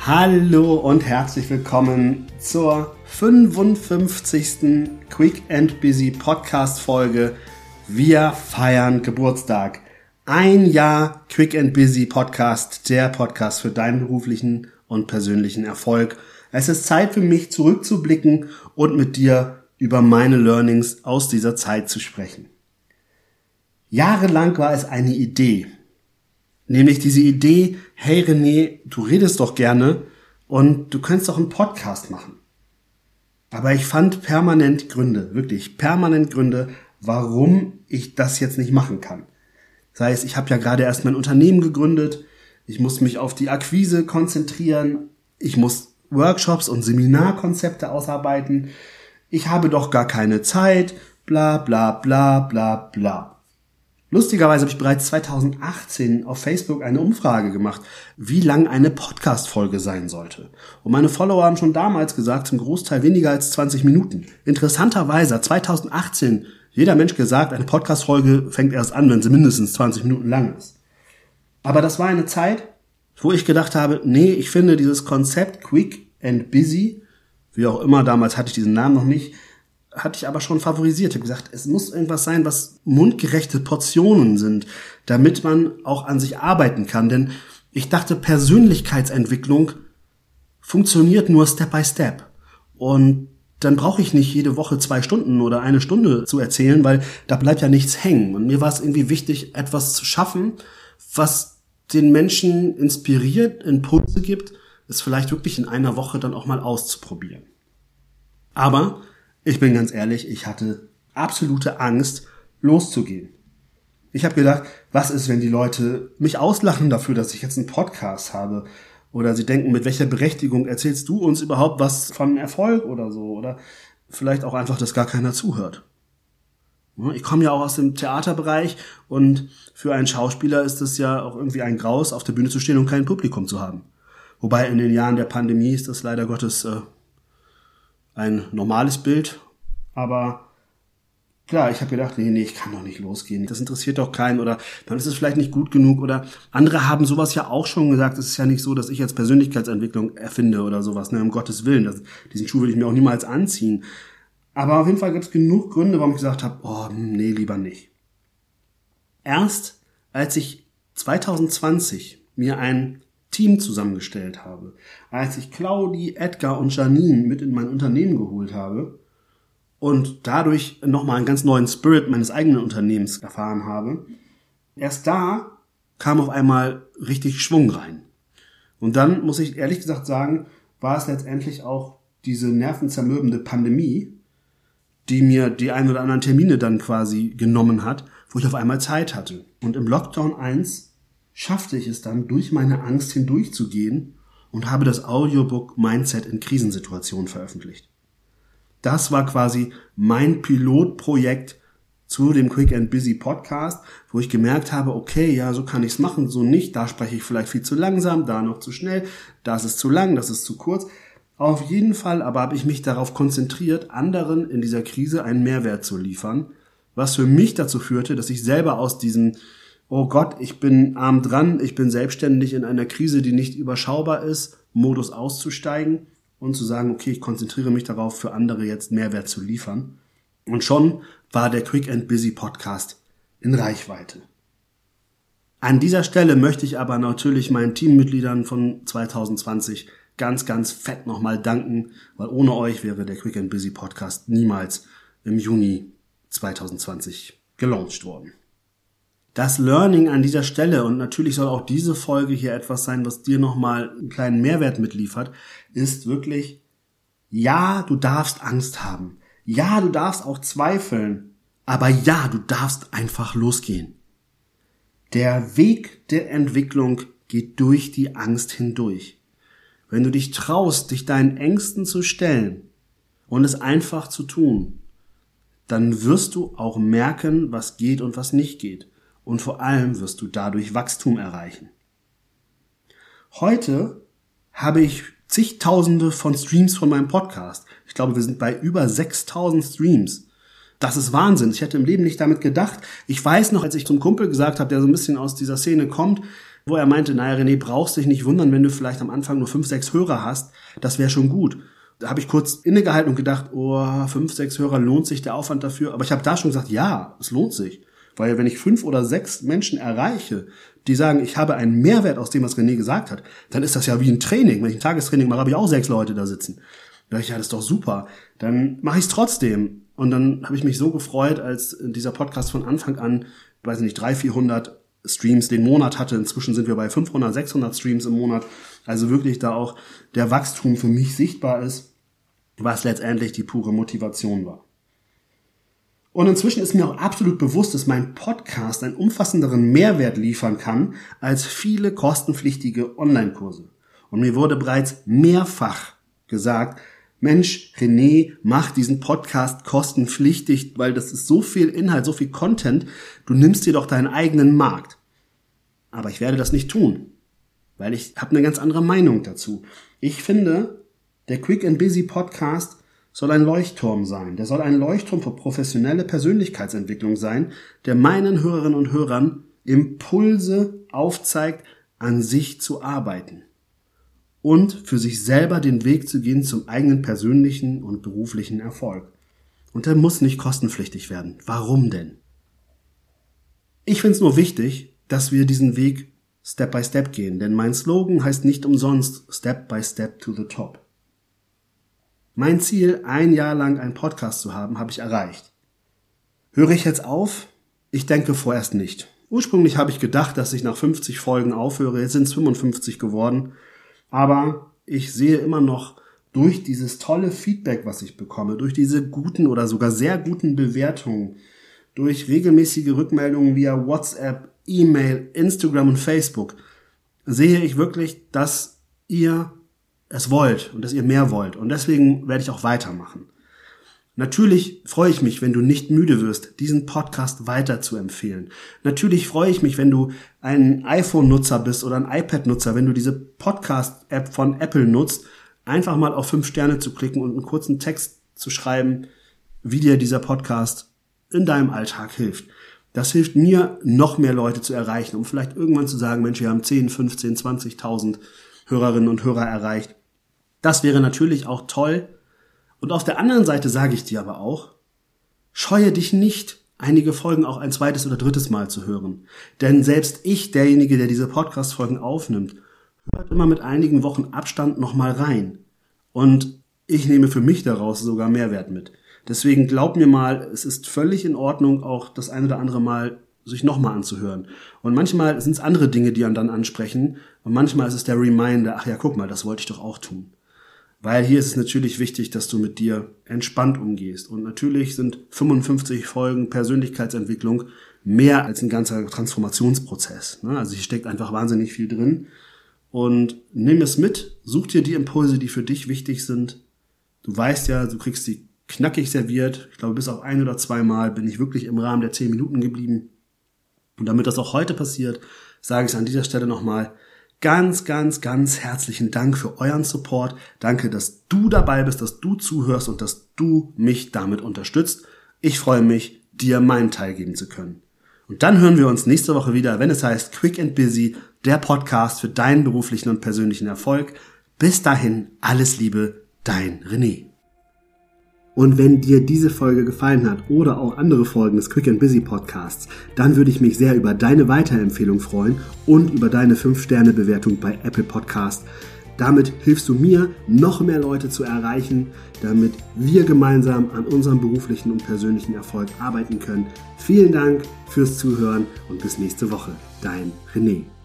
Hallo und herzlich willkommen zur 55. Quick and Busy Podcast Folge. Wir feiern Geburtstag. Ein Jahr Quick and Busy Podcast, der Podcast für deinen beruflichen und persönlichen Erfolg. Es ist Zeit für mich zurückzublicken und mit dir über meine Learnings aus dieser Zeit zu sprechen. Jahrelang war es eine Idee. Nämlich diese Idee, hey René, du redest doch gerne und du könntest doch einen Podcast machen. Aber ich fand permanent Gründe, wirklich permanent Gründe, warum ich das jetzt nicht machen kann. Das heißt, ich habe ja gerade erst mein Unternehmen gegründet, ich muss mich auf die Akquise konzentrieren, ich muss Workshops und Seminarkonzepte ausarbeiten, ich habe doch gar keine Zeit, bla bla bla bla bla. Lustigerweise habe ich bereits 2018 auf Facebook eine Umfrage gemacht, wie lang eine Podcast-Folge sein sollte. Und meine Follower haben schon damals gesagt, zum Großteil weniger als 20 Minuten. Interessanterweise hat 2018 jeder Mensch gesagt, eine Podcast-Folge fängt erst an, wenn sie mindestens 20 Minuten lang ist. Aber das war eine Zeit, wo ich gedacht habe, nee, ich finde dieses Konzept Quick and Busy, wie auch immer, damals hatte ich diesen Namen noch nicht, hatte ich aber schon favorisiert. Ich habe gesagt, es muss irgendwas sein, was mundgerechte Portionen sind, damit man auch an sich arbeiten kann. Denn ich dachte, Persönlichkeitsentwicklung funktioniert nur Step by Step. Und dann brauche ich nicht jede Woche 2 Stunden oder 1 Stunde zu erzählen, weil da bleibt ja nichts hängen. Und mir war es irgendwie wichtig, etwas zu schaffen, was den Menschen inspiriert, Impulse gibt, es vielleicht wirklich in einer Woche dann auch mal auszuprobieren. Aber ich bin ganz ehrlich, ich hatte absolute Angst, loszugehen. Ich habe gedacht, was ist, wenn die Leute mich auslachen dafür, dass ich jetzt einen Podcast habe? Oder sie denken, mit welcher Berechtigung erzählst du uns überhaupt was von Erfolg oder so? Oder vielleicht auch einfach, dass gar keiner zuhört. Ich komme ja auch aus dem Theaterbereich und für einen Schauspieler ist es ja auch irgendwie ein Graus, auf der Bühne zu stehen und kein Publikum zu haben. Wobei in den Jahren der Pandemie ist das leider Gottes ein normales Bild, aber klar, ich habe gedacht, nee, ich kann doch nicht losgehen, das interessiert doch keinen oder dann ist es vielleicht nicht gut genug oder andere haben sowas ja auch schon gesagt, es ist ja nicht so, dass ich jetzt Persönlichkeitsentwicklung erfinde oder sowas, um Gottes Willen, diesen Schuh will ich mir auch niemals anziehen, aber auf jeden Fall gibt es genug Gründe, warum ich gesagt habe, nee, lieber nicht. Erst als ich 2020 mir ein Team zusammengestellt habe, als ich Claudi, Edgar und Janine mit in mein Unternehmen geholt habe und dadurch nochmal einen ganz neuen Spirit meines eigenen Unternehmens erfahren habe, erst da kam auf einmal richtig Schwung rein. Und dann, muss ich ehrlich gesagt sagen, war es letztendlich auch diese nervenzermürbende Pandemie, die mir die ein oder anderen Termine dann quasi genommen hat, wo ich auf einmal Zeit hatte. Und im Lockdown 1 schaffte ich es dann, durch meine Angst hindurchzugehen und habe das Audiobook Mindset in Krisensituationen veröffentlicht. Das war quasi mein Pilotprojekt zu dem Quick and Busy Podcast, wo ich gemerkt habe, okay, ja, so kann ich es machen, so nicht, da spreche ich vielleicht viel zu langsam, da noch zu schnell, das ist zu lang, das ist zu kurz. Auf jeden Fall aber habe ich mich darauf konzentriert, anderen in dieser Krise einen Mehrwert zu liefern, was für mich dazu führte, dass ich selber aus diesem oh Gott, ich bin arm dran, ich bin selbstständig in einer Krise, die nicht überschaubar ist, Modus auszusteigen und zu sagen, okay, ich konzentriere mich darauf, für andere jetzt Mehrwert zu liefern. Und schon war der Quick and Busy Podcast in Reichweite. An dieser Stelle möchte ich aber natürlich meinen Teammitgliedern von 2020 ganz, ganz fett nochmal danken, weil ohne euch wäre der Quick and Busy Podcast niemals im Juni 2020 gelauncht worden. Das Learning an dieser Stelle, und natürlich soll auch diese Folge hier etwas sein, was dir nochmal einen kleinen Mehrwert mitliefert, ist wirklich, ja, du darfst Angst haben. Ja, du darfst auch zweifeln. Aber ja, du darfst einfach losgehen. Der Weg der Entwicklung geht durch die Angst hindurch. Wenn du dich traust, dich deinen Ängsten zu stellen und es einfach zu tun, dann wirst du auch merken, was geht und was nicht geht. Und vor allem wirst du dadurch Wachstum erreichen. Heute habe ich zigtausende von Streams von meinem Podcast. Ich glaube, wir sind bei über 6000 Streams. Das ist Wahnsinn. Ich hätte im Leben nicht damit gedacht. Ich weiß noch, als ich zum Kumpel gesagt habe, der so ein bisschen aus dieser Szene kommt, wo er meinte, naja René, brauchst dich nicht wundern, wenn du vielleicht am Anfang nur 5, 6 Hörer hast, das wäre schon gut. Da habe ich kurz innegehalten und gedacht, 5, 6 Hörer, lohnt sich der Aufwand dafür? Aber ich habe da schon gesagt, ja, es lohnt sich. Weil wenn ich 5 oder 6 Menschen erreiche, die sagen, ich habe einen Mehrwert aus dem, was René gesagt hat, dann ist das ja wie ein Training. Wenn ich ein Tagestraining mache, habe ich auch 6 Leute da sitzen. Da dachte ich, ja, das ist doch super. Dann mache ich es trotzdem. Und dann habe ich mich so gefreut, als dieser Podcast von Anfang an, 300, 400 Streams den Monat hatte. Inzwischen sind wir bei 500, 600 Streams im Monat. Also wirklich da auch der Wachstum für mich sichtbar ist, was letztendlich die pure Motivation war. Und inzwischen ist mir auch absolut bewusst, dass mein Podcast einen umfassenderen Mehrwert liefern kann als viele kostenpflichtige Online-Kurse. Und mir wurde bereits mehrfach gesagt, Mensch, René, mach diesen Podcast kostenpflichtig, weil das ist so viel Inhalt, so viel Content, du nimmst dir doch deinen eigenen Markt. Aber ich werde das nicht tun, weil ich habe eine ganz andere Meinung dazu. Ich finde, der Quick and Busy Podcast soll ein Leuchtturm sein. Der soll ein Leuchtturm für professionelle Persönlichkeitsentwicklung sein, der meinen Hörerinnen und Hörern Impulse aufzeigt, an sich zu arbeiten und für sich selber den Weg zu gehen zum eigenen persönlichen und beruflichen Erfolg. Und der muss nicht kostenpflichtig werden. Warum denn? Ich finde es nur wichtig, dass wir diesen Weg Step by Step gehen, denn mein Slogan heißt nicht umsonst Step by Step to the Top. Mein Ziel, 1 Jahr lang einen Podcast zu haben, habe ich erreicht. Höre ich jetzt auf? Ich denke vorerst nicht. Ursprünglich habe ich gedacht, dass ich nach 50 Folgen aufhöre, jetzt sind es 55 geworden. Aber ich sehe immer noch durch dieses tolle Feedback, was ich bekomme, durch diese guten oder sogar sehr guten Bewertungen, durch regelmäßige Rückmeldungen via WhatsApp, E-Mail, Instagram und Facebook, sehe ich wirklich, dass ihr es wollt und dass ihr mehr wollt. Und deswegen werde ich auch weitermachen. Natürlich freue ich mich, wenn du nicht müde wirst, diesen Podcast weiter zu empfehlen. Natürlich freue ich mich, wenn du ein iPhone-Nutzer bist oder ein iPad-Nutzer, wenn du diese Podcast-App von Apple nutzt, einfach mal auf 5 Sterne zu klicken und einen kurzen Text zu schreiben, wie dir dieser Podcast in deinem Alltag hilft. Das hilft mir, noch mehr Leute zu erreichen, um vielleicht irgendwann zu sagen, Mensch, wir haben 10, 15, 20.000 Hörerinnen und Hörer erreicht. Das wäre natürlich auch toll. Und auf der anderen Seite sage ich dir aber auch, scheue dich nicht, einige Folgen auch ein 2. oder 3. Mal zu hören. Denn selbst ich, derjenige, der diese Podcast-Folgen aufnimmt, hört immer mit einigen Wochen Abstand nochmal rein. Und ich nehme für mich daraus sogar Mehrwert mit. Deswegen glaub mir mal, es ist völlig in Ordnung, auch das ein oder andere Mal sich nochmal anzuhören. Und manchmal sind es andere Dinge, die einen dann ansprechen. Und manchmal ist es der Reminder, ach ja, guck mal, das wollte ich doch auch tun. Weil hier ist es natürlich wichtig, dass du mit dir entspannt umgehst. Und natürlich sind 55 Folgen Persönlichkeitsentwicklung mehr als ein ganzer Transformationsprozess. Also hier steckt einfach wahnsinnig viel drin. Und nimm es mit, such dir die Impulse, die für dich wichtig sind. Du weißt ja, du kriegst sie knackig serviert. Ich glaube, bis auf 1 oder 2 Mal bin ich wirklich im Rahmen der 10 Minuten geblieben. Und damit das auch heute passiert, sage ich es an dieser Stelle nochmal, ganz, ganz, ganz herzlichen Dank für euren Support. Danke, dass du dabei bist, dass du zuhörst und dass du mich damit unterstützt. Ich freue mich, dir meinen Teil geben zu können. Und dann hören wir uns nächste Woche wieder, wenn es heißt Quick and Busy, der Podcast für deinen beruflichen und persönlichen Erfolg. Bis dahin, alles Liebe, dein René. Und wenn dir diese Folge gefallen hat oder auch andere Folgen des Quick and Busy Podcasts, dann würde ich mich sehr über deine Weiterempfehlung freuen und über deine 5-Sterne-Bewertung bei Apple Podcast. Damit hilfst du mir, noch mehr Leute zu erreichen, damit wir gemeinsam an unserem beruflichen und persönlichen Erfolg arbeiten können. Vielen Dank fürs Zuhören und bis nächste Woche. Dein René.